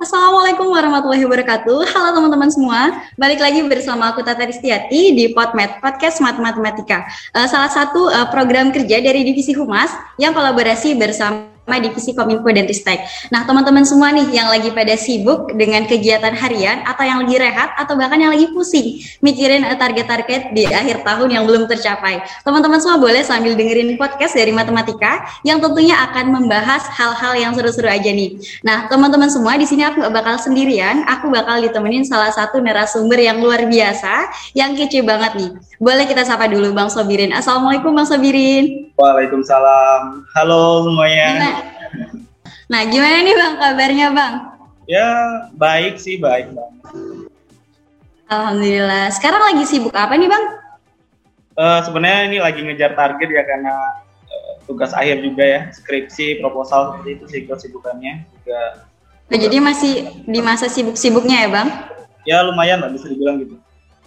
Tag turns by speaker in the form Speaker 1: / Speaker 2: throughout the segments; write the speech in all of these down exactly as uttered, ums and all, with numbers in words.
Speaker 1: Assalamualaikum warahmatullahi wabarakatuh. Halo teman-teman semua, balik lagi bersama aku Tata Ristiati di PodMat, Podcast Matematika. Uh, salah satu uh, program kerja dari Divisi Humas yang kolaborasi bersama Divisi Kominfo dan Ristek. Nah, teman-teman semua nih yang lagi pada sibuk dengan kegiatan harian atau yang lagi rehat atau bahkan yang lagi pusing mikirin uh, target-target di akhir tahun yang belum tercapai. Teman-teman semua boleh sambil dengerin podcast dari Matematika yang tentunya akan membahas hal-hal yang seru-seru aja nih. Nah, teman-teman semua, di sini aku gak bakal sendirian, aku bakal ditemenin salah satu narasumber yang luar biasa, yang kece banget nih. Boleh kita sapa dulu Bang Sobirin. Assalamualaikum Bang Sobirin.
Speaker 2: Waalaikumsalam. Halo semuanya.
Speaker 1: Nah, nah gimana nih Bang kabarnya Bang?
Speaker 2: Ya, baik sih, baik Bang.
Speaker 1: Alhamdulillah. Sekarang lagi sibuk apa nih Bang?
Speaker 2: Uh, sebenarnya ini lagi ngejar target ya, karena uh, tugas akhir juga ya, skripsi, proposal, seperti itu sih kesibukannya juga.
Speaker 1: Oh, jadi masih di masa sibuk-sibuknya ya Bang?
Speaker 2: Ya lumayan lah, bisa dibilang gitu.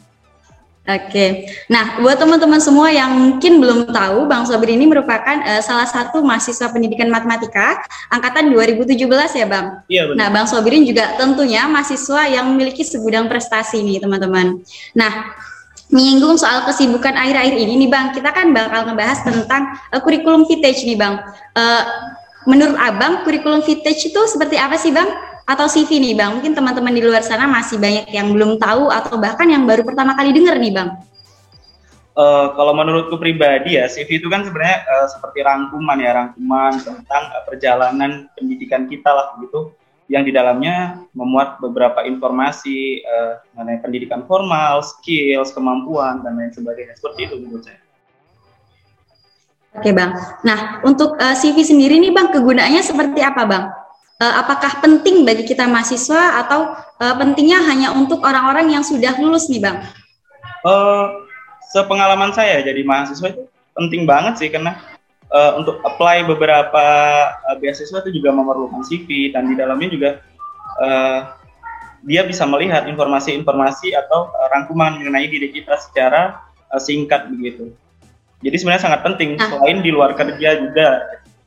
Speaker 1: Oke, nah buat teman-teman semua yang mungkin belum tahu, Bang Sobir ini merupakan uh, salah satu mahasiswa pendidikan matematika angkatan dua ribu tujuh belas ya Bang?
Speaker 2: Iya benar.
Speaker 1: Nah Bang Sobirin juga tentunya mahasiswa yang memiliki segudang prestasi nih teman-teman. Nah, menyinggung soal kesibukan akhir-akhir ini nih Bang, kita kan bakal ngebahas tentang uh, kurikulum vintage nih Bang. Uh, menurut Abang, kurikulum vintage itu seperti apa sih Bang? Atau C V nih Bang, mungkin teman-teman di luar sana masih banyak yang belum tahu atau bahkan yang baru pertama kali dengar nih Bang.
Speaker 2: Uh, kalau menurutku pribadi ya, C V itu kan sebenarnya uh, seperti rangkuman ya, rangkuman tentang uh, perjalanan pendidikan kita lah gitu, yang di dalamnya memuat beberapa informasi uh, mengenai pendidikan formal, skills, kemampuan, dan lain sebagainya. Seperti itu menurut saya.
Speaker 1: Oke Bang, nah untuk uh, C V sendiri nih Bang, kegunaannya seperti apa Bang? Uh, apakah penting bagi kita mahasiswa atau uh, pentingnya hanya untuk orang-orang yang sudah lulus nih Bang?
Speaker 2: Uh, sepengalaman saya jadi mahasiswa itu penting banget sih, karena uh, untuk apply beberapa uh, beasiswa itu juga memerlukan C V, dan di dalamnya juga uh, dia bisa melihat informasi-informasi atau uh, rangkuman mengenai diri kita secara uh, singkat begitu. Jadi sebenarnya sangat penting, nah, selain di luar kerja juga.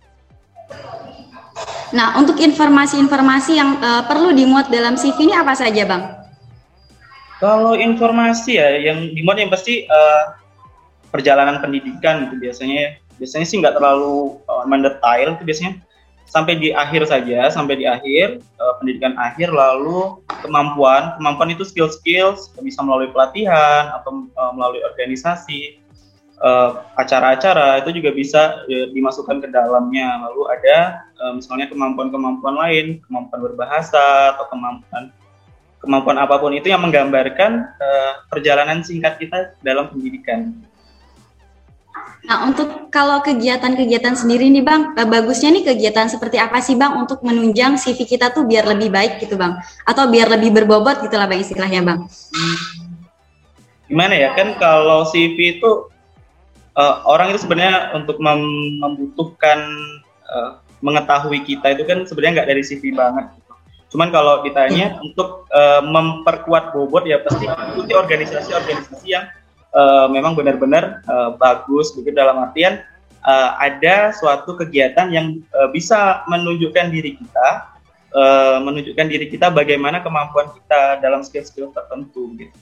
Speaker 1: Nah, untuk informasi-informasi yang uh, perlu dimuat dalam C V ini apa saja, Bang?
Speaker 2: Kalau informasi ya, yang dimuat yang pasti uh, perjalanan pendidikan itu biasanya. Biasanya sih nggak terlalu uh, mendetail, itu biasanya sampai di akhir saja, sampai di akhir, uh, pendidikan akhir, lalu kemampuan. Kemampuan itu skill-skill, bisa melalui pelatihan atau uh, melalui organisasi. Uh, acara-acara itu juga bisa uh, dimasukkan ke dalamnya. Lalu ada uh, misalnya kemampuan-kemampuan lain, kemampuan berbahasa atau kemampuan kemampuan apapun itu yang menggambarkan uh, perjalanan singkat kita dalam pendidikan.
Speaker 1: Nah, untuk kalau kegiatan-kegiatan sendiri nih Bang, uh, bagusnya nih kegiatan seperti apa sih Bang untuk menunjang C V kita tuh biar lebih baik gitu Bang, atau biar lebih berbobot gitulah Bang istilahnya Bang.
Speaker 2: Hmm. Gimana ya, kan kalau C V itu Uh, orang itu sebenarnya untuk mem- membutuhkan uh, mengetahui kita itu kan sebenarnya nggak dari C V banget gitu. Cuman kalau ditanya hmm. untuk uh, memperkuat bobot ya pasti ikuti organisasi-organisasi yang uh, memang benar-benar uh, bagus begitu, dalam artian uh, ada suatu kegiatan yang uh, bisa menunjukkan diri kita, uh, menunjukkan diri kita bagaimana kemampuan kita dalam skill-skill tertentu gitu.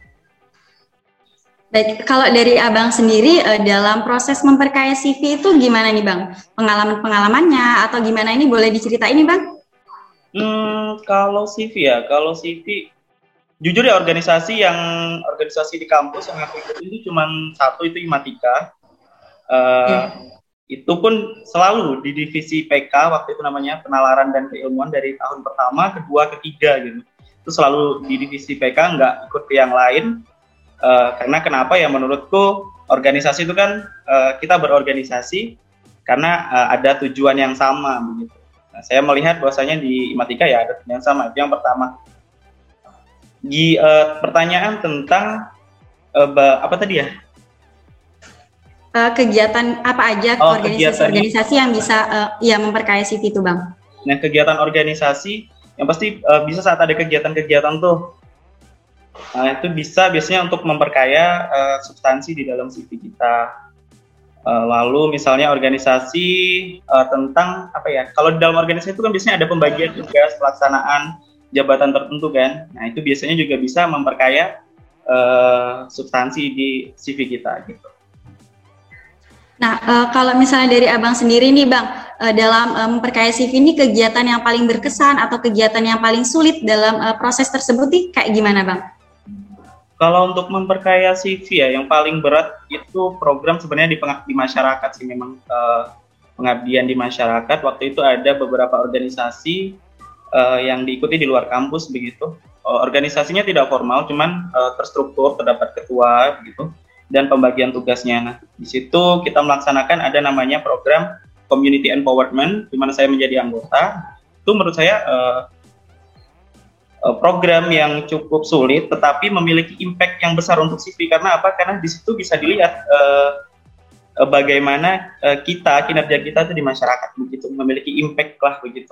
Speaker 1: Baik, kalau dari Abang sendiri uh, dalam proses memperkaya C V itu gimana nih Bang? Pengalaman-pengalamannya atau gimana, ini boleh diceritain nih Bang?
Speaker 2: Hmm, kalau C V ya, kalau C V jujur ya, organisasi yang organisasi di kampus yang aku ikutin itu cuma satu, itu Imatika. Uh, yeah. Itu pun selalu di divisi P K, waktu itu namanya penalaran dan keilmuan, dari tahun pertama, kedua, ketiga gitu. Itu selalu di divisi P K, nggak ikut ke yang lain. Uh, karena kenapa ya, menurutku organisasi itu kan uh, kita berorganisasi karena uh, ada tujuan yang sama begitu. Nah, saya melihat bahwasanya di Imatika ya ada tujuan yang sama, itu yang pertama. Di uh, pertanyaan tentang uh, ba- apa tadi ya?
Speaker 1: Uh, kegiatan apa aja oh, organisasi-organisasi yang bisa uh, ya memperkaya C V itu Bang?
Speaker 2: Nah, kegiatan organisasi yang pasti uh, bisa saat ada kegiatan-kegiatan tuh. Nah, itu bisa biasanya untuk memperkaya uh, substansi di dalam C V kita. Uh, lalu misalnya organisasi uh, tentang apa ya? Kalau di dalam organisasi itu kan biasanya ada pembagian tugas, pelaksanaan jabatan tertentu kan. Nah itu biasanya juga bisa memperkaya uh, substansi di C V kita gitu.
Speaker 1: Nah, uh, kalau misalnya dari Abang sendiri nih Bang, uh, dalam uh, memperkaya C V ini kegiatan yang paling berkesan atau kegiatan yang paling sulit dalam uh, proses tersebut nih kayak gimana Bang?
Speaker 2: Kalau untuk memperkaya C V ya, yang paling berat itu program sebenarnya di, di masyarakat sih memang uh, pengabdian di masyarakat. Waktu itu ada beberapa organisasi uh, yang diikuti di luar kampus begitu. Uh, organisasinya tidak formal, cuman uh, terstruktur, terdapat ketua gitu. Dan pembagian tugasnya. Nah, di situ kita melaksanakan ada namanya program Community Empowerment, di mana saya menjadi anggota. Itu menurut saya uh, uh, program yang cukup sulit, tetapi memiliki impact yang besar untuk C V. Karena apa? Karena di situ bisa dilihat uh, uh, bagaimana uh, kita, kinerja kita itu di masyarakat begitu, memiliki impact lah begitu.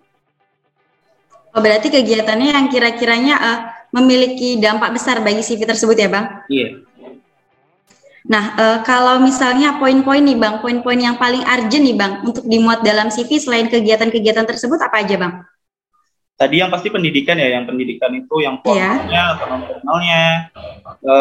Speaker 1: Oh, berarti kegiatannya yang kira-kiranya uh, memiliki dampak besar bagi C V tersebut ya Bang?
Speaker 2: Iya. Yeah.
Speaker 1: Nah, e, kalau misalnya poin-poin nih Bang, poin-poin yang paling urgent nih Bang untuk dimuat dalam C V selain kegiatan-kegiatan tersebut apa aja Bang?
Speaker 2: Tadi yang pasti pendidikan ya, yang pendidikan itu yang formalnya
Speaker 1: yeah.
Speaker 2: atau non-formalnya, e,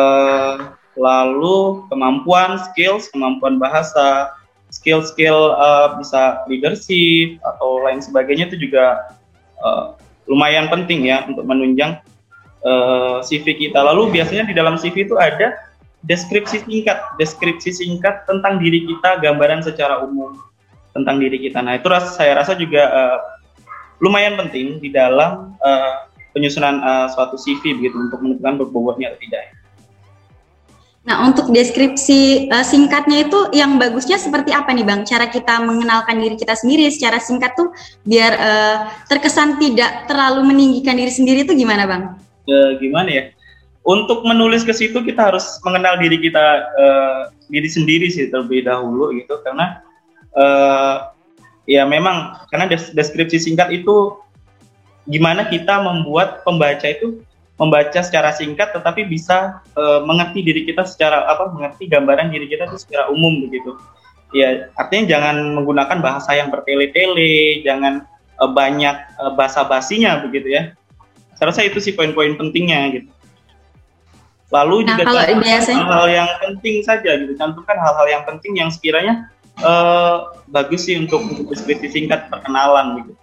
Speaker 2: lalu kemampuan, skills, kemampuan bahasa, skill-skill e, bisa leadership atau lain sebagainya itu juga e, lumayan penting ya untuk menunjang e, C V kita. Lalu biasanya di dalam C V itu ada deskripsi singkat, deskripsi singkat tentang diri kita, gambaran secara umum tentang diri kita. Nah itu ras, saya rasa juga uh, lumayan penting di dalam uh, penyusunan uh, suatu C V begitu untuk menentukan berbobotnya atau tidak.
Speaker 1: Nah untuk deskripsi uh, singkatnya itu yang bagusnya seperti apa nih Bang? Cara kita mengenalkan diri kita sendiri secara singkat tuh biar uh, terkesan tidak terlalu meninggikan diri sendiri itu gimana Bang?
Speaker 2: Uh, gimana ya? Untuk menulis ke situ kita harus mengenal diri kita uh, diri sendiri sih terlebih dahulu gitu, karena uh, ya memang karena des- deskripsi singkat itu gimana kita membuat pembaca itu membaca secara singkat tetapi bisa uh, mengerti diri kita secara apa mengerti gambaran diri kita itu secara umum begitu. Ya artinya jangan menggunakan bahasa yang bertele-tele, jangan uh, banyak uh, basa-basinya begitu ya. Saya rasa itu sih poin-poin pentingnya gitu. Lalu nah, juga biasanya... hal-hal yang penting saja gitu, cantumkan hal-hal yang penting yang sekiranya uh, bagus sih untuk untuk deskripsi singkat perkenalan gitu.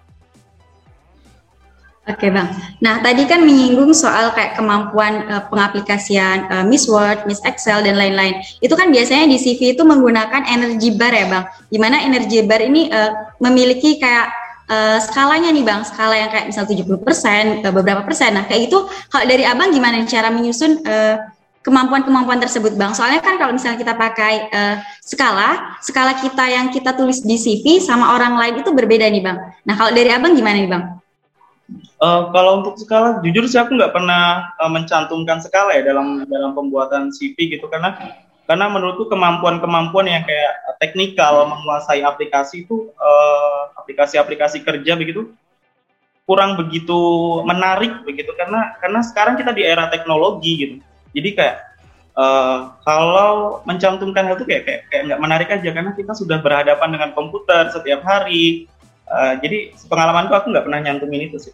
Speaker 1: Oke Bang, nah tadi kan menyinggung soal kayak kemampuan uh, pengaplikasian uh, Miss Word, Miss Excel dan lain-lain. Itu kan biasanya di C V itu menggunakan energy bar ya Bang, dimana energy bar ini uh, memiliki kayak Uh, skalanya nih Bang, skala yang kayak misal tujuh puluh persen, uh, beberapa persen. Nah kayak itu, kalau dari Abang gimana cara menyusun uh, kemampuan-kemampuan tersebut Bang? Soalnya kan kalau misalnya kita pakai uh, skala, skala kita yang kita tulis di C V sama orang lain itu berbeda nih Bang. Nah kalau dari Abang gimana nih Bang?
Speaker 2: Uh, kalau untuk skala, jujur sih aku nggak pernah uh, mencantumkan skala ya dalam dalam pembuatan C V gitu, karena Karena menurutku kemampuan-kemampuan yang kayak teknikal, menguasai aplikasi itu, uh, aplikasi-aplikasi kerja begitu, kurang begitu menarik begitu, karena karena sekarang kita di era teknologi gitu. Jadi kayak uh, kalau mencantumkan hal itu kayak kayak kayak nggak menarik aja, karena kita sudah berhadapan dengan komputer setiap hari. Uh, jadi pengalamanku aku nggak pernah nyantumin itu sih.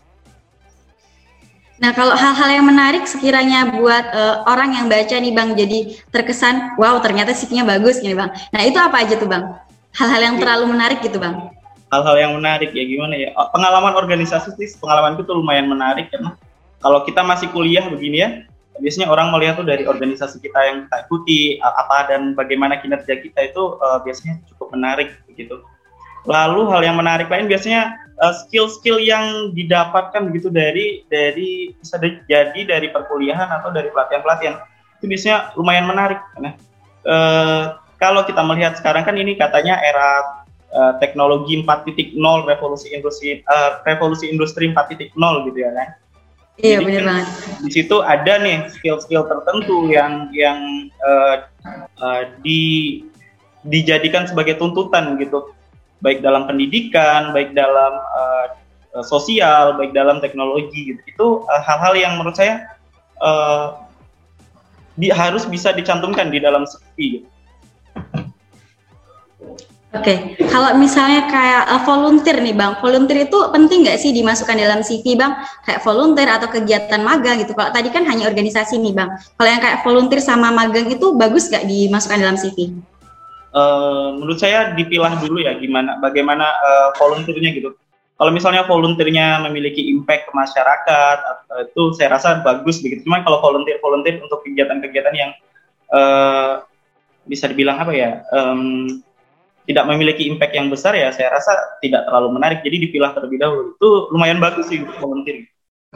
Speaker 1: Nah, kalau hal-hal yang menarik sekiranya buat uh, orang yang baca nih Bang, jadi terkesan, wow ternyata C V-nya bagus gini Bang. Nah, itu apa aja tuh Bang? Hal-hal yang terlalu menarik gitu Bang?
Speaker 2: Hal-hal yang menarik ya gimana ya, pengalaman organisasi sih, pengalamanku tuh lumayan menarik, karena kalau kita masih kuliah begini ya, biasanya orang melihat tuh dari organisasi kita yang kita ikuti, apa dan bagaimana kinerja kita itu uh, biasanya cukup menarik begitu. Lalu hal yang menarik lain biasanya uh, skill-skill yang didapatkan begitu dari dari bisa jadi dari perkuliahan atau dari pelatihan-pelatihan, itu biasanya lumayan menarik. Nah, uh, kalau kita melihat sekarang kan ini katanya era uh, teknologi empat titik nol, revolusi industri uh, revolusi industri empat titik nol gitu ya kan.
Speaker 1: Iya benar banget.
Speaker 2: Di situ ada nih skill-skill tertentu yang yang uh, uh, di dijadikan sebagai tuntutan gitu, baik dalam pendidikan, baik dalam uh, sosial, baik dalam teknologi gitu. Itu uh, hal-hal yang menurut saya uh, di, harus bisa dicantumkan di dalam C V gitu.
Speaker 1: Oke, kalau misalnya kayak uh, volunteer nih Bang, volunteer itu penting nggak sih dimasukkan dalam C V Bang? Kayak volunteer atau kegiatan magang gitu. Kalau tadi kan hanya organisasi nih Bang. Kalau yang kayak volunteer sama magang itu bagus nggak dimasukkan dalam C V?
Speaker 2: Uh, menurut saya dipilah dulu ya gimana, bagaimana uh, volunteernya gitu. Kalau misalnya volunteernya memiliki impact ke masyarakat, uh, itu saya rasa bagus begitu. Cuma kalau volunteer-volunteer untuk kegiatan-kegiatan yang uh, bisa dibilang apa ya, um, tidak memiliki impact yang besar ya, saya rasa tidak terlalu menarik. Jadi dipilah terlebih dahulu. Itu lumayan bagus sih untuk volunteer.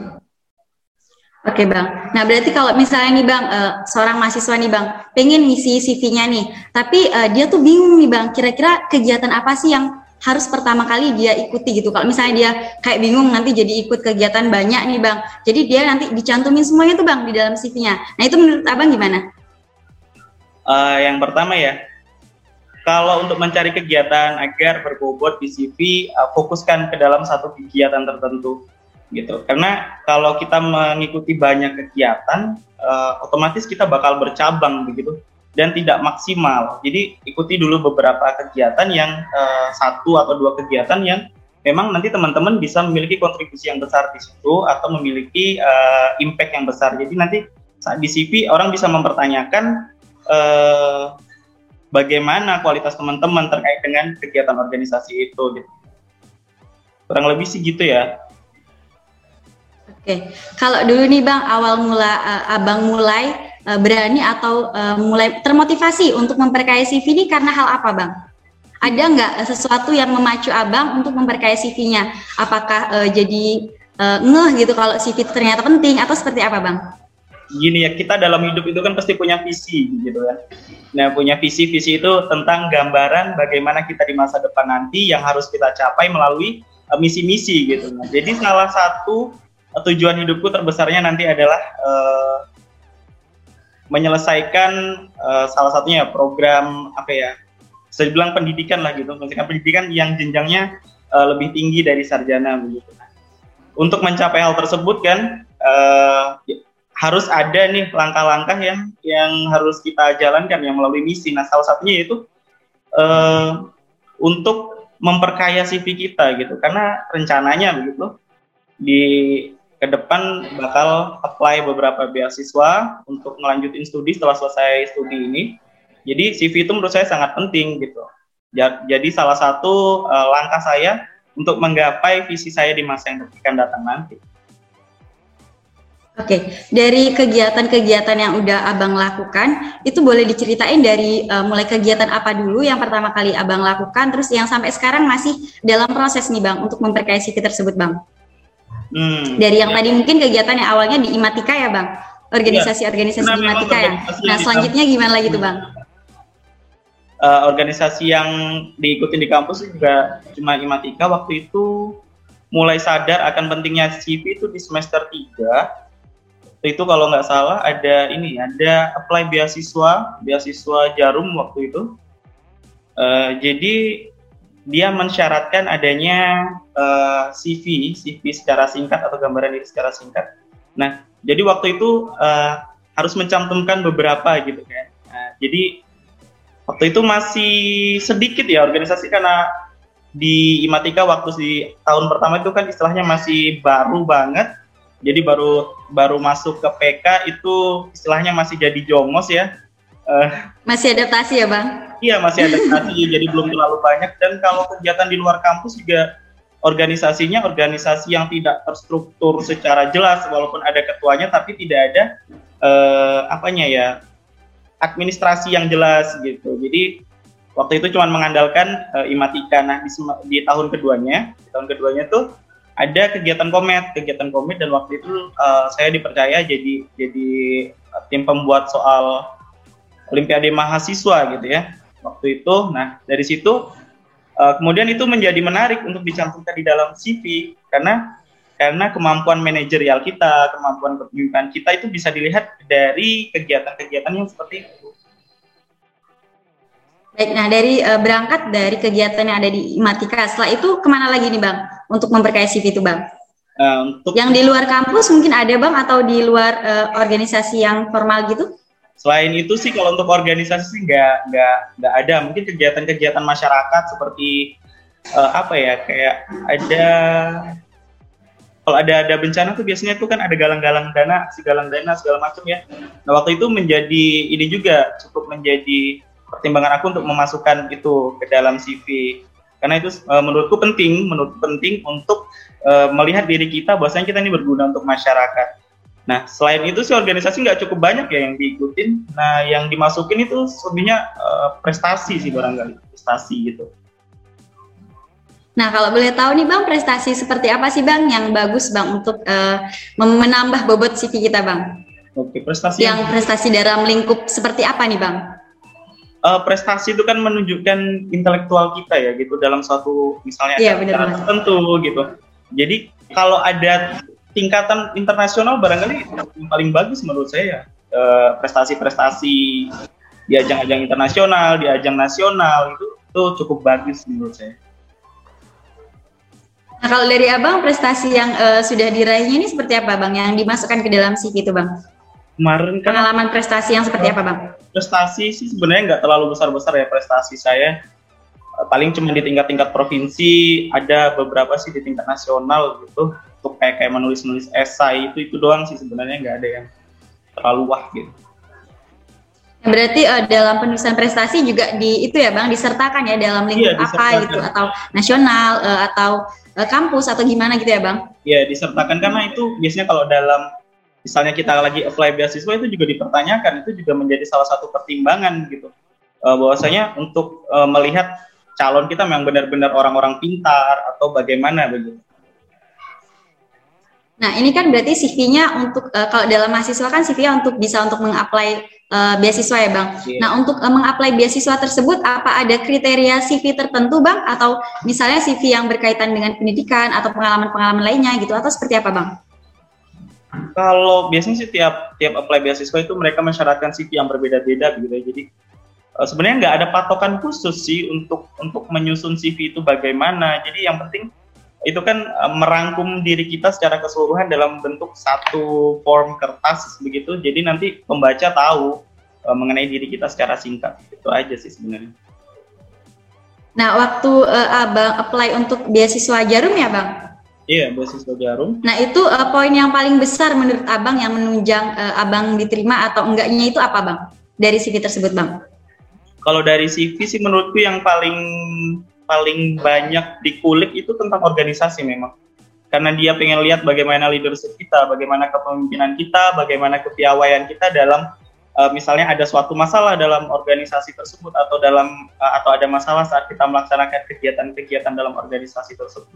Speaker 1: Oke Bang, nah berarti kalau misalnya nih Bang, uh, seorang mahasiswa nih Bang, pengen ngisi C V-nya nih, tapi uh, dia tuh bingung nih Bang, kira-kira kegiatan apa sih yang harus pertama kali dia ikuti gitu. Kalau misalnya dia kayak bingung nanti jadi ikut kegiatan banyak nih Bang, jadi dia nanti dicantumin semuanya tuh Bang di dalam C V-nya. Nah itu menurut Abang gimana?
Speaker 2: Uh, yang pertama ya, kalau untuk mencari kegiatan agar berbobot di C V, uh, fokuskan ke dalam satu kegiatan tertentu. Gitu. Karena kalau kita mengikuti banyak kegiatan, uh, otomatis kita bakal bercabang begitu dan tidak maksimal. Jadi ikuti dulu beberapa kegiatan yang uh, satu atau dua kegiatan yang memang nanti teman-teman bisa memiliki kontribusi yang besar di situ atau memiliki uh, impact yang besar. Jadi nanti saat di C V orang bisa mempertanyakan uh, bagaimana kualitas teman-teman terkait dengan kegiatan organisasi itu. Gitu. Kurang lebih sih gitu ya.
Speaker 1: Oke, kalau dulu nih Bang, awal mula uh, Abang mulai uh, berani atau uh, mulai termotivasi untuk memperkaya C V ini karena hal apa Bang? Ada nggak sesuatu yang memacu Abang untuk memperkaya C V-nya? Apakah uh, jadi uh, ngeh gitu kalau C V itu ternyata penting atau seperti apa Bang?
Speaker 2: Gini ya, kita dalam hidup itu kan pasti punya visi gitu kan. Nah punya visi, visi itu tentang gambaran bagaimana kita di masa depan nanti yang harus kita capai melalui uh, misi-misi gitu. Nah, jadi salah satu tujuan hidupku terbesarnya nanti adalah uh, menyelesaikan uh, salah satunya program apa ya, bisa dibilang pendidikan lah gitu, menyelesaikan pendidikan yang jenjangnya uh, lebih tinggi dari sarjana begitu. Untuk mencapai hal tersebut kan uh, harus ada nih langkah-langkah yang yang harus kita jalankan yang melalui misi. Nah salah satunya yaitu uh, untuk memperkaya C V kita gitu, karena rencananya begitu di ke depan bakal apply beberapa beasiswa untuk melanjutin studi setelah selesai studi ini. Jadi C V itu menurut saya sangat penting gitu. Jadi salah satu uh, langkah saya untuk menggapai visi saya di masa yang akan datang nanti.
Speaker 1: Oke, dari kegiatan-kegiatan yang udah Abang lakukan, itu boleh diceritain dari uh, mulai kegiatan apa dulu yang pertama kali Abang lakukan, terus yang sampai sekarang masih dalam proses nih Bang untuk memperkaya C V tersebut Bang. Hmm, dari yang ya. Tadi mungkin kegiatan yang awalnya di Imatika ya Bang, organisasi-organisasi ya. Imatika ya. Nah selanjutnya gimana lagi tuh Bang?
Speaker 2: Uh, organisasi yang diikuti di kampus juga cuma Imatika. Waktu itu mulai sadar akan pentingnya C V itu di semester tiga. Itu kalau nggak salah ada ini, ada apply beasiswa, beasiswa Jarum waktu itu. Uh, jadi dia mensyaratkan adanya uh, C V, C V secara singkat atau gambaran diri secara singkat. Nah, jadi waktu itu uh, harus mencantumkan beberapa gitu kan. Nah, jadi waktu itu masih sedikit ya organisasi karena di Imatika waktu di tahun pertama itu kan istilahnya masih baru banget. Jadi baru baru masuk ke P K itu istilahnya masih jadi jongos ya. Uh,
Speaker 1: masih adaptasi ya Bang?
Speaker 2: Iya masih adaptasi jadi belum terlalu banyak, dan kalau kegiatan di luar kampus juga organisasinya organisasi yang tidak terstruktur secara jelas walaupun ada ketuanya tapi tidak ada uh, apanya ya administrasi yang jelas gitu. Jadi waktu itu cuma mengandalkan uh, Imatika. Nah di, di tahun keduanya, di tahun keduanya tuh ada kegiatan komet, kegiatan komet dan waktu itu uh, saya dipercaya jadi jadi uh, tim pembuat soal Olimpiade mahasiswa gitu ya waktu itu. Nah dari situ uh, kemudian itu menjadi menarik untuk dicantumkan di dalam C V karena karena kemampuan manajerial kita, kemampuan kepemimpinan kita itu bisa dilihat dari kegiatan-kegiatan yang seperti itu.
Speaker 1: Baik, nah dari uh, berangkat dari kegiatan yang ada di Imatika, setelah itu kemana lagi nih Bang untuk memperkaya C V itu Bang? Uh, untuk yang di luar kampus mungkin ada Bang atau di luar uh, organisasi yang formal gitu?
Speaker 2: Selain itu sih kalau untuk organisasi sih nggak nggak nggak ada. Mungkin kegiatan-kegiatan masyarakat seperti uh, apa ya, kayak ada, kalau ada ada bencana tuh biasanya tuh kan ada galang-galang dana, si galang dana segala macam ya. Nah waktu itu menjadi ini juga cukup menjadi pertimbangan aku untuk memasukkan itu ke dalam C V, karena itu uh, menurutku penting, menurutku penting untuk uh, melihat diri kita bahwasanya kita ini berguna untuk masyarakat. Nah selain itu sih organisasi nggak cukup banyak ya yang diikutin. Nah yang dimasukin itu sebenarnya uh, prestasi sih, barangkali prestasi gitu.
Speaker 1: Nah, kalau boleh tahu nih Bang, prestasi seperti apa sih Bang yang bagus Bang untuk uh, menambah bobot C V kita Bang?
Speaker 2: Oke, prestasi
Speaker 1: yang prestasi dalam lingkup seperti apa nih Bang?
Speaker 2: Uh, prestasi itu kan menunjukkan intelektual kita ya gitu dalam suatu misalnya
Speaker 1: ya,
Speaker 2: acara tertentu gitu. Jadi kalau ada tingkatan internasional barangkali yang paling bagus menurut saya uh, prestasi-prestasi di ajang-ajang internasional, di ajang nasional itu itu cukup bagus menurut saya.
Speaker 1: Nah, kalau dari Abang, prestasi yang uh, sudah diraihnya ini seperti apa Bang, yang dimasukkan ke dalam C V itu Bang?
Speaker 2: Kemarin kan
Speaker 1: pengalaman prestasi yang seperti apa Bang?
Speaker 2: Prestasi sih sebenarnya nggak terlalu besar-besar ya prestasi saya. Uh, paling cuma di tingkat-tingkat provinsi, ada beberapa sih di tingkat nasional gitu. Untuk kayak, kayak menulis-nulis esai itu, itu doang sih sebenarnya, nggak ada yang terlalu wah gitu.
Speaker 1: Berarti uh, dalam penulisan prestasi juga di itu ya Bang, disertakan ya dalam lingkup iya, apa gitu, atau nasional uh, atau uh, kampus atau gimana gitu ya Bang?
Speaker 2: Iya, disertakan karena itu biasanya kalau dalam misalnya kita lagi apply beasiswa itu juga dipertanyakan, itu juga menjadi salah satu pertimbangan gitu. Uh, bahwasanya untuk uh, melihat calon kita memang benar-benar orang-orang pintar atau bagaimana begitu.
Speaker 1: Nah, ini kan berarti C V-nya untuk uh, kalau dalam mahasiswa kan C V-nya untuk bisa untuk meng-apply uh, beasiswa ya Bang. Yeah. Nah, untuk uh, meng-apply beasiswa tersebut apa ada kriteria C V tertentu Bang, atau misalnya C V yang berkaitan dengan pendidikan atau pengalaman-pengalaman lainnya gitu, atau seperti apa Bang?
Speaker 2: Kalau biasanya sih tiap tiap apply beasiswa itu mereka mensyaratkan C V yang berbeda-beda gitu ya. Jadi uh, sebenarnya nggak ada patokan khusus sih untuk untuk menyusun C V itu bagaimana. Jadi yang penting itu kan uh, merangkum diri kita secara keseluruhan dalam bentuk satu form kertas begitu. Jadi nanti pembaca tahu uh, mengenai diri kita secara singkat. Itu aja sih sebenarnya.
Speaker 1: Nah, waktu uh, Abang apply untuk beasiswa Jarum ya Bang?
Speaker 2: Iya, beasiswa Jarum.
Speaker 1: Nah, itu uh, poin yang paling besar menurut Abang yang menunjang uh, Abang diterima atau enggaknya itu apa Bang? Dari C V tersebut Bang?
Speaker 2: Kalau dari C V sih menurutku yang paling paling banyak dikulik itu tentang organisasi memang. Karena dia pengen lihat bagaimana leadership kita, bagaimana kepemimpinan kita, bagaimana kepiawaian kita dalam uh, misalnya ada suatu masalah dalam organisasi tersebut atau dalam uh, atau ada masalah saat kita melaksanakan kegiatan-kegiatan dalam organisasi tersebut.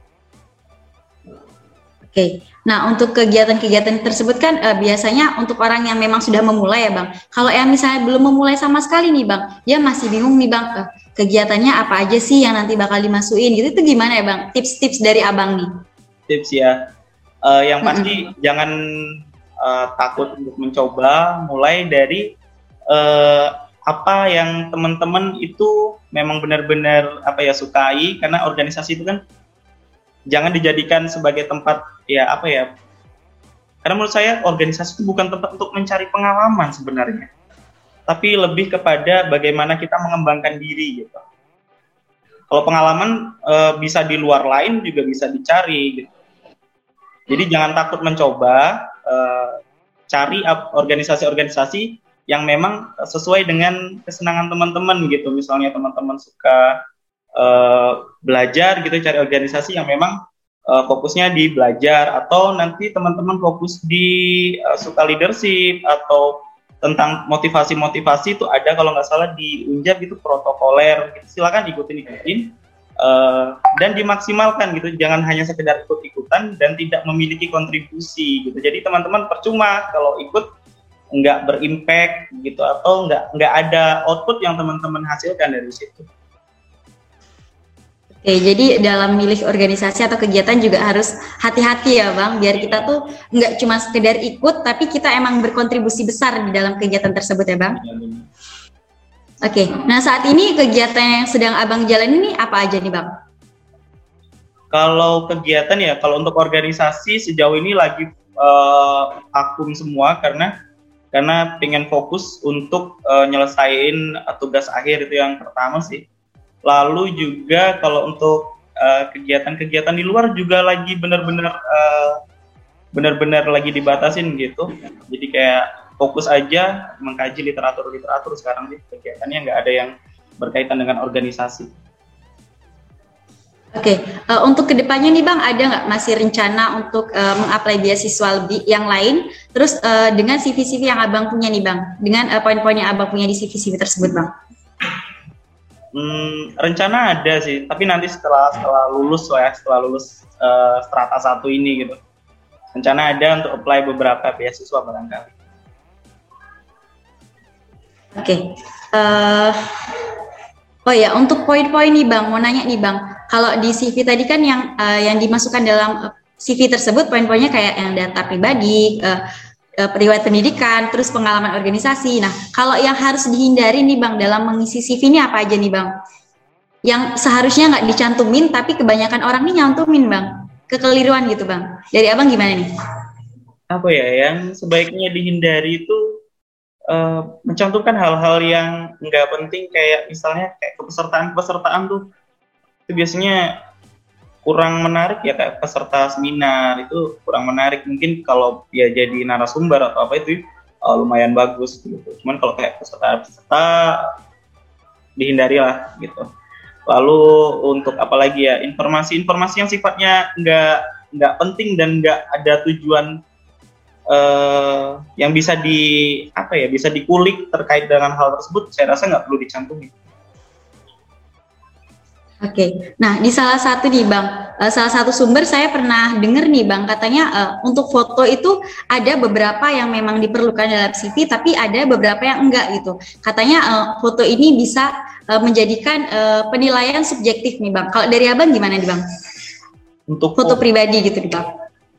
Speaker 1: Oke, nah untuk kegiatan-kegiatan tersebut kan uh, biasanya untuk orang yang memang sudah memulai ya Bang. Kalau yang misalnya belum memulai sama sekali nih Bang, dia masih bingung nih Bang, uh, kegiatannya apa aja sih yang nanti bakal dimasukin gitu, itu gimana ya Bang? Tips-tips dari Abang nih.
Speaker 2: Tips ya, uh, yang pasti mm-hmm. jangan uh, takut untuk mencoba, mulai dari uh, apa yang teman-teman itu memang benar-benar apa ya sukai, karena organisasi itu kan jangan dijadikan sebagai tempat ya apa ya, karena menurut saya organisasi itu bukan tempat untuk mencari pengalaman sebenarnya, tapi lebih kepada bagaimana kita mengembangkan diri gitu. Kalau pengalaman e, bisa di luar lain juga bisa dicari gitu. Jadi jangan takut mencoba, e, cari organisasi-organisasi yang memang sesuai dengan kesenangan teman-teman gitu. Misalnya teman-teman suka Uh, belajar gitu, cari organisasi yang memang uh, fokusnya di belajar, atau nanti teman-teman fokus di uh, suka leadership atau tentang motivasi-motivasi itu ada kalau nggak salah di Unjab gitu, protokoler gitu. Silakan ikutin ikutin uh, dan dimaksimalkan gitu, jangan hanya sekedar ikut-ikutan dan tidak memiliki kontribusi gitu. Jadi teman-teman percuma kalau ikut nggak berimpact gitu, atau nggak nggak ada output yang teman-teman hasilkan dari situ.
Speaker 1: Oke, jadi dalam milih organisasi atau kegiatan juga harus hati-hati ya Bang, biar kita tuh nggak cuma sekedar ikut, tapi kita emang berkontribusi besar di dalam kegiatan tersebut ya Bang. Oke, nah saat ini kegiatan yang sedang Abang jalan ini apa aja nih Bang?
Speaker 2: Kalau kegiatan ya, kalau untuk organisasi sejauh ini lagi uh, vakum semua, karena karena pengen fokus untuk uh, nyelesain uh, tugas akhir, itu yang pertama sih. Lalu juga kalau untuk uh, kegiatan-kegiatan di luar juga lagi benar-benar uh, benar-benar lagi dibatasin gitu. Jadi kayak fokus aja mengkaji literatur-literatur sekarang sih, kegiatannya nggak ada yang berkaitan dengan organisasi.
Speaker 1: Oke, okay. uh, untuk kedepannya nih Bang, ada nggak masih rencana untuk uh, mengapply beasiswa lebih yang lain? Terus uh, dengan C V-C V yang Abang punya nih Bang, dengan uh, poin-poin yang Abang punya di C V-C V tersebut Bang?
Speaker 2: Hmm, rencana ada sih, tapi nanti setelah setelah lulus lah ya, setelah lulus uh, strata satu ini gitu. Rencana ada untuk apply beberapa beasiswa barangkali.
Speaker 1: Oke. Okay. Uh, oh ya, untuk poin-poin nih Bang, mau nanya nih Bang. Kalau di C V tadi kan yang uh, yang dimasukkan dalam uh, C V tersebut poin-poinnya kayak yang data pribadi, uh, uh, riwayat pendidikan, terus pengalaman organisasi. Nah, kalau yang harus dihindari nih Bang dalam mengisi C V ini apa aja nih Bang? Yang seharusnya nggak dicantumin tapi kebanyakan orang nih nyantumin Bang. Kekeliruan gitu Bang. Dari Abang gimana nih?
Speaker 2: Apa ya yang sebaiknya dihindari itu uh, mencantumkan hal-hal yang nggak penting, kayak misalnya kayak kepesertaan-kepesertaan tuh itu biasanya kurang menarik ya, kayak peserta seminar itu kurang menarik. Mungkin kalau dia jadi narasumber atau apa itu uh, lumayan bagus gitu. Cuman kalau kayak peserta-peserta dihindari lah gitu. Lalu untuk apa lagi ya, informasi-informasi yang sifatnya nggak nggak penting dan nggak ada tujuan uh, yang bisa di apa ya bisa dikulik terkait dengan hal tersebut, saya rasa nggak perlu dicantumin.
Speaker 1: Oke, okay. Nah di salah satu nih Bang, uh, salah satu sumber saya pernah dengar nih Bang, katanya uh, untuk foto itu ada beberapa yang memang diperlukan dalam C V, tapi ada beberapa yang enggak gitu. Katanya uh, foto ini bisa uh, menjadikan uh, penilaian subjektif nih Bang. Kalau dari Abang gimana nih Bang? Untuk foto pribadi gitu nih Bang?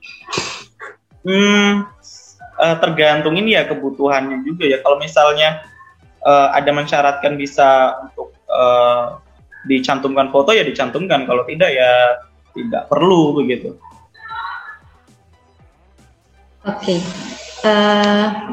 Speaker 2: Hmm, uh, tergantung ini ya kebutuhannya juga ya. Kalau misalnya uh, ada mensyaratkan bisa untuk uh, dicantumkan foto ya dicantumkan, kalau tidak ya tidak perlu begitu.
Speaker 1: Oke, okay. uh,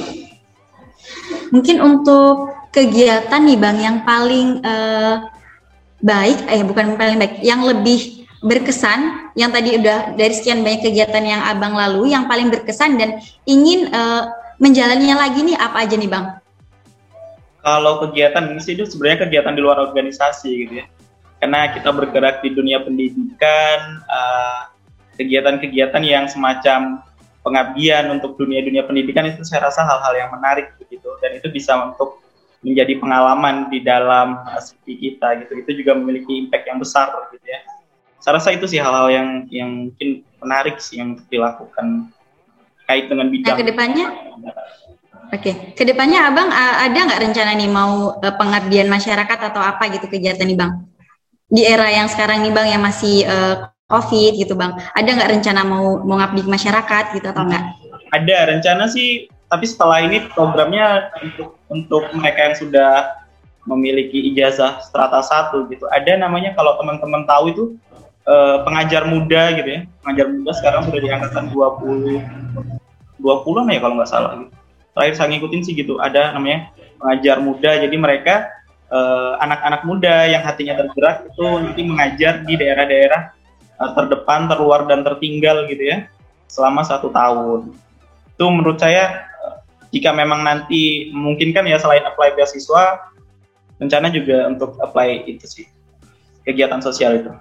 Speaker 1: mungkin untuk kegiatan nih Bang yang paling uh, baik, eh bukan paling baik, yang lebih berkesan, yang tadi udah dari sekian banyak kegiatan yang Abang lalu, yang paling berkesan dan ingin uh, menjalaninya lagi nih apa aja nih Bang?
Speaker 2: Kalau kegiatan ini sih itu sebenarnya kegiatan di luar organisasi gitu ya. Karena kita bergerak di dunia pendidikan, uh, kegiatan-kegiatan yang semacam pengabdian untuk dunia-dunia pendidikan itu saya rasa hal-hal yang menarik begitu, dan itu bisa untuk menjadi pengalaman di dalam C V kita gitu. Itu juga memiliki impact yang besar gitu ya. Saya rasa itu sih hal-hal yang yang mungkin menarik sih yang untuk dilakukan kait dengan bidang.
Speaker 1: Nah, kedepannya Oke, okay. Kedepannya Abang uh, ada nggak rencana nih mau uh, pengabdian masyarakat atau apa gitu kegiatan nih Bang? Di era yang sekarang nih Bang yang masih uh, COVID gitu Bang, ada nggak rencana mau mau ngabdi ke masyarakat gitu atau enggak?
Speaker 2: Ada rencana sih, tapi setelah ini programnya untuk untuk mereka yang sudah memiliki ijazah strata satu gitu. Ada namanya kalau teman-teman tahu itu uh, pengajar muda gitu ya. Pengajar muda sekarang sudah di angkatan dua puluh dua puluhan ya kalau nggak salah gitu. Terakhir saya ngikutin sih gitu, ada namanya pengajar muda, jadi mereka uh, anak-anak muda yang hatinya tergerak itu nanti mengajar di daerah-daerah uh, terdepan, terluar dan tertinggal gitu ya selama satu tahun. Itu menurut saya uh, jika memang nanti memungkinkan ya, selain apply beasiswa, rencana juga untuk apply itu sih, kegiatan sosial itu.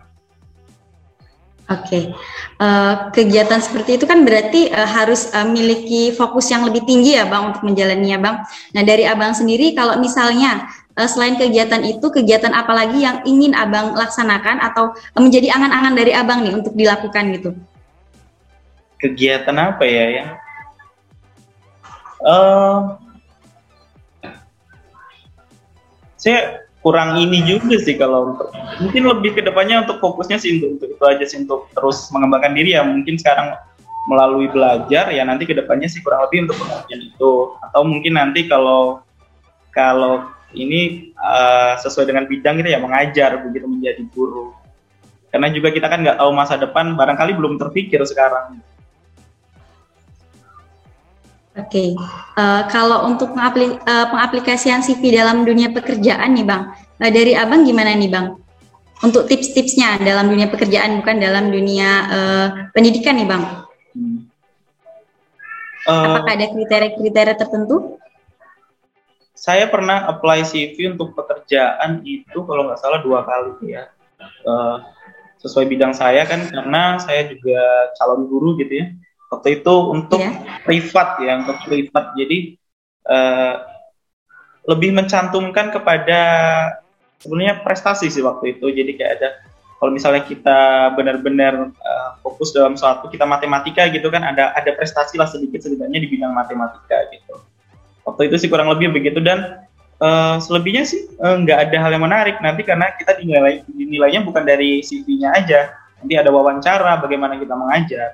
Speaker 1: Oke, okay. uh, kegiatan seperti itu kan berarti uh, harus uh, memiliki fokus yang lebih tinggi ya Bang untuk menjalaninya Bang. Nah dari Abang sendiri kalau misalnya uh, selain kegiatan itu, kegiatan apa lagi yang ingin Abang laksanakan atau uh, menjadi angan-angan dari Abang nih untuk dilakukan gitu?
Speaker 2: Kegiatan apa ya yang uh, saya kurang ini juga sih, kalau untuk mungkin lebih ke depannya untuk fokusnya sih untuk, untuk itu aja sih, untuk terus mengembangkan diri ya. Mungkin sekarang melalui belajar ya, nanti ke depannya sih kurang lebih untuk pengertian itu, atau mungkin nanti kalau kalau ini uh, sesuai dengan bidang kita ya mengajar begitu, menjadi guru. Karena juga kita kan nggak tahu masa depan, barangkali belum terpikir sekarang.
Speaker 1: Oke, uh, kalau untuk pengapli- uh, pengaplikasian C V dalam dunia pekerjaan nih Bang, uh, dari Abang gimana nih Bang? Untuk tips-tipsnya dalam dunia pekerjaan, bukan dalam dunia uh, pendidikan nih Bang. Hmm. Uh, Apakah ada kriteria-kriteria tertentu?
Speaker 2: Saya pernah apply C V untuk pekerjaan itu kalau nggak salah dua kali ya. Uh, sesuai bidang saya kan, karena saya juga calon guru gitu ya. Waktu itu untuk yeah. privat ya, untuk privat. Jadi uh, lebih mencantumkan kepada sebenarnya prestasi sih waktu itu. Jadi kayak ada, kalau misalnya kita benar-benar uh, fokus dalam suatu, kita matematika gitu kan, ada ada prestasi lah sedikit setidaknya di bidang matematika gitu. Waktu itu sih kurang lebih begitu, dan uh, selebihnya sih nggak uh, ada hal yang menarik nanti, karena kita dinilai dinilainya bukan dari C V-nya aja, nanti ada wawancara bagaimana kita mengajar.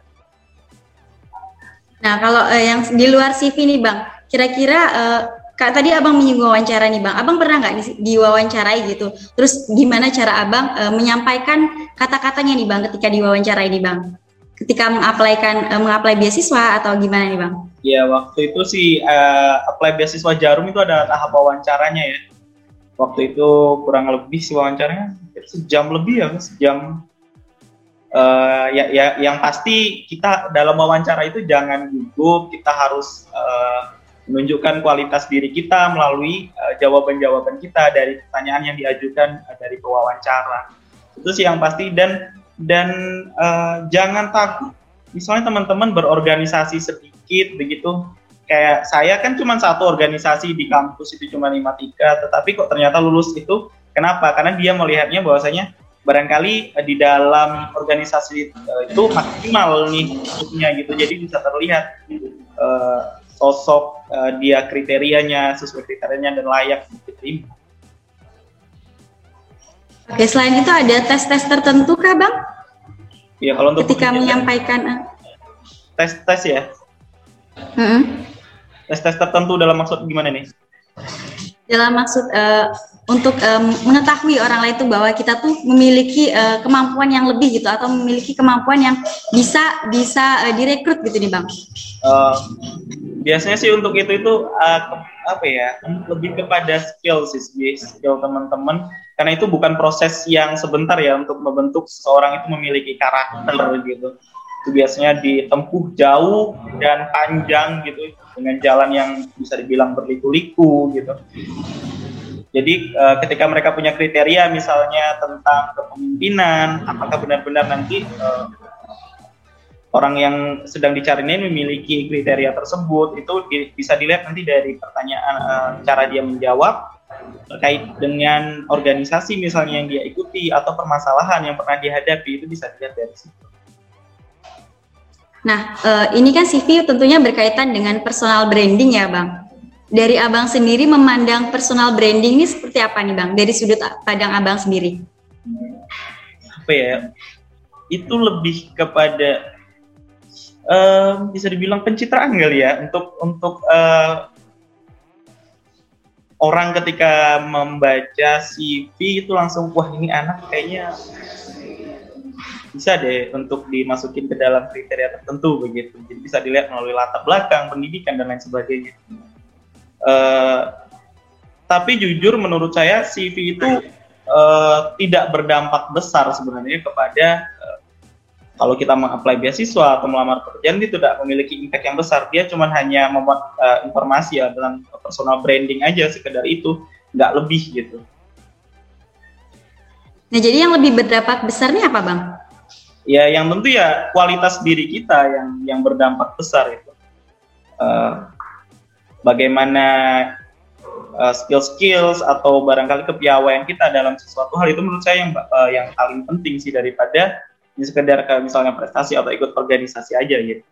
Speaker 1: Nah kalau uh, yang di luar C V nih Bang, kira-kira uh, Kak, tadi Abang menyinggung wawancara nih Bang, Abang pernah nggak di, diwawancarai gitu? Terus gimana cara Abang uh, menyampaikan kata-katanya nih Bang ketika diwawancarai nih Bang? Ketika mengaplaikan uh, mengaplai beasiswa atau gimana nih Bang?
Speaker 2: Ya waktu itu sih uh, apply beasiswa Jarum itu ada tahap wawancaranya ya. Waktu itu kurang lebih sih wawancaranya sejam lebih ya, sejam. Uh, ya, ya yang pasti kita dalam wawancara itu jangan gugup, kita harus uh, menunjukkan kualitas diri kita melalui uh, jawaban-jawaban kita dari pertanyaan yang diajukan uh, dari pewawancara. Itu sih yang pasti, dan dan uh, jangan takut. Misalnya teman-teman berorganisasi sedikit begitu, kayak saya kan cuma satu organisasi di kampus itu cuma lima tiga, tetapi kok ternyata lulus itu, kenapa? Karena dia melihatnya bahwasanya barangkali uh, di dalam organisasi uh, itu maksimal nih bentuknya gitu, jadi bisa terlihat uh, sosok uh, dia kriterianya sesuai kriterianya dan layak diterima.
Speaker 1: Oke, selain itu ada tes-tes tertentu kah Bang?
Speaker 2: Iya, kalau untuk
Speaker 1: ketika menyampaikan
Speaker 2: tes-tes ya. Mm-hmm. Tes-tes tertentu dalam maksud gimana nih?
Speaker 1: Dalam maksud uh, untuk um, mengetahui orang lain itu bahwa kita tuh memiliki uh, kemampuan yang lebih gitu, atau memiliki kemampuan yang bisa bisa uh, direkrut gitu nih Bang.
Speaker 2: Uh, biasanya sih untuk itu itu uh, apa ya, lebih kepada skill sih, skill teman-teman, karena itu bukan proses yang sebentar ya untuk membentuk seseorang itu memiliki karakter gitu. Itu biasanya ditempuh jauh dan panjang gitu, dengan jalan yang bisa dibilang berliku-liku gitu. Jadi uh, ketika mereka punya kriteria misalnya tentang kepemimpinan, apakah benar-benar nanti uh, orang yang sedang dicari ini memiliki kriteria tersebut, itu di, bisa dilihat nanti dari pertanyaan, uh, cara dia menjawab terkait dengan organisasi misalnya yang dia ikuti atau permasalahan yang pernah dihadapi, itu bisa dilihat dari situ.
Speaker 1: Nah, uh, ini kan C V tentunya berkaitan dengan personal branding ya Bang. Dari Abang sendiri memandang personal branding ini seperti apa nih Bang, dari sudut pandang Abang sendiri?
Speaker 2: Apa ya, itu lebih kepada uh, bisa dibilang pencitraan kali ya, untuk untuk uh, orang ketika membaca C V itu langsung, wah ini anak kayaknya bisa deh untuk dimasukin ke dalam kriteria tertentu begitu. Jadi bisa dilihat melalui latar belakang, pendidikan dan lain sebagainya. Uh, tapi jujur menurut saya C V itu uh, tidak berdampak besar sebenarnya kepada uh, kalau kita mengapply beasiswa atau melamar pekerjaan, dia tidak memiliki impact yang besar. Dia cuma hanya membuat uh, informasi ya dalam personal branding aja, sekedar itu, nggak lebih gitu.
Speaker 1: Nah jadi yang lebih berdampak besarnya apa Bang?
Speaker 2: Ya yang tentu ya kualitas diri kita yang yang berdampak besar itu. Uh, Bagaimana uh, skill-skills atau barangkali kepiawaian kita dalam sesuatu hal, itu menurut saya yang uh, yang paling penting sih, daripada ini sekedar kayak misalnya prestasi atau ikut organisasi aja gitu.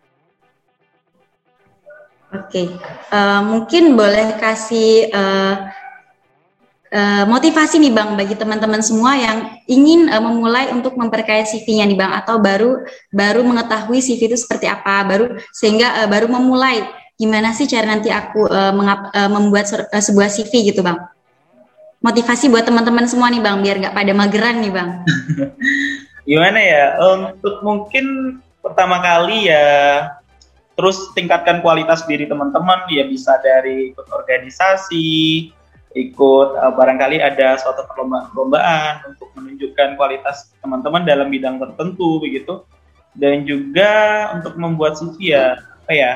Speaker 1: Oke, okay. uh, mungkin boleh kasih uh, uh, motivasi nih Bang bagi teman-teman semua yang ingin uh, memulai untuk memperkaya C V-nya nih Bang, atau baru baru mengetahui C V itu seperti apa, baru sehingga uh, baru memulai. Gimana sih cara nanti aku uh, mengap, uh, membuat ser- uh, sebuah C V gitu Bang? Motivasi buat teman-teman semua nih Bang, biar nggak pada mageran nih Bang.
Speaker 2: Gimana ya, untuk mungkin pertama kali ya terus tingkatkan kualitas diri teman-teman, ya bisa dari ikut organisasi, ikut uh, barangkali ada suatu perlombaan-perlombaan untuk menunjukkan kualitas teman-teman dalam bidang tertentu begitu. Dan juga untuk membuat C V ya apa ya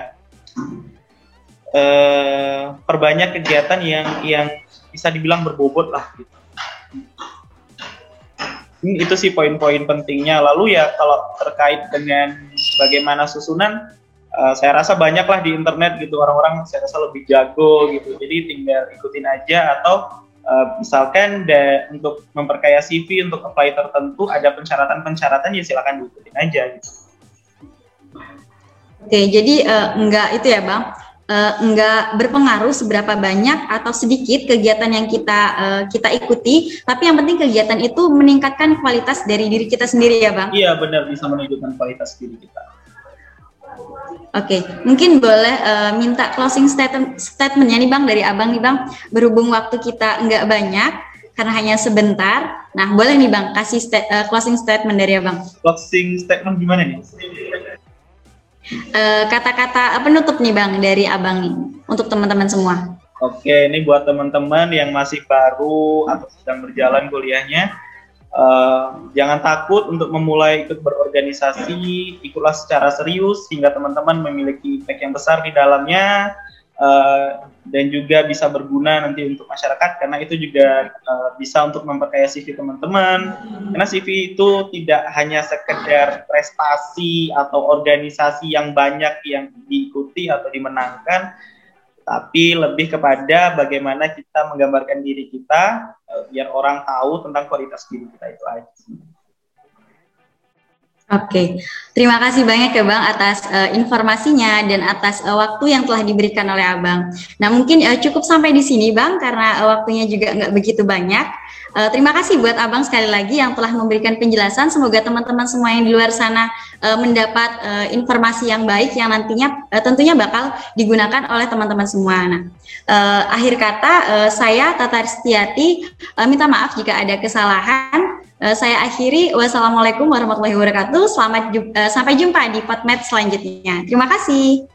Speaker 2: uh, perbanyak kegiatan yang yang bisa dibilang berbobot lah gitu. Itu sih poin-poin pentingnya. Lalu ya kalau terkait dengan bagaimana susunan, uh, saya rasa banyak lah di internet gitu, orang-orang saya rasa lebih jago gitu, jadi tinggal ikutin aja. Atau uh, misalkan da, untuk memperkaya C V, untuk apply tertentu ada pensyaratan-pensyaratan, ya silakan diikutin aja gitu.
Speaker 1: Oke, jadi uh, enggak itu ya Bang, Uh, enggak berpengaruh seberapa banyak atau sedikit kegiatan yang kita uh, kita ikuti, tapi yang penting kegiatan itu meningkatkan kualitas dari diri kita sendiri ya Bang?
Speaker 2: Iya benar, bisa menunjukkan kualitas diri kita.
Speaker 1: Oke, mungkin boleh uh, minta closing statement statementnya nih Bang, dari Abang nih Bang, berhubung waktu kita enggak banyak karena hanya sebentar. Nah boleh nih Bang kasih sta- uh, closing statement dari Abang.
Speaker 2: Closing statement gimana nih?
Speaker 1: Uh, kata-kata penutup nih Bang dari Abang nih untuk teman-teman semua.
Speaker 2: Oke, ini buat teman-teman yang masih baru atau sedang berjalan kuliahnya, uh, jangan takut untuk memulai ikut berorganisasi, ikutlah secara serius hingga teman-teman memiliki impact yang besar di dalamnya, uh, dan juga bisa berguna nanti untuk masyarakat, karena itu juga uh, bisa untuk memperkaya C V teman-teman. Karena C V itu tidak hanya sekedar prestasi atau organisasi yang banyak yang diikuti atau dimenangkan, tapi lebih kepada bagaimana kita menggambarkan diri kita uh, biar orang tahu tentang kualitas diri kita itu aja.
Speaker 1: Oke, terima kasih banyak ya Bang atas uh, informasinya dan atas uh, waktu yang telah diberikan oleh Abang. Nah mungkin uh, cukup sampai di sini Bang, karena uh, waktunya juga nggak begitu banyak. Uh, terima kasih buat Abang sekali lagi yang telah memberikan penjelasan. Semoga teman-teman semua yang di luar sana uh, mendapat uh, informasi yang baik yang nantinya uh, tentunya bakal digunakan oleh teman-teman semua. Nah, uh, akhir kata uh, saya Tata Ristiati uh, minta maaf jika ada kesalahan. Uh, saya akhiri, wassalamualaikum warahmatullahi wabarakatuh. Selamat jumpa, uh, sampai jumpa di PodMed selanjutnya. Terima kasih.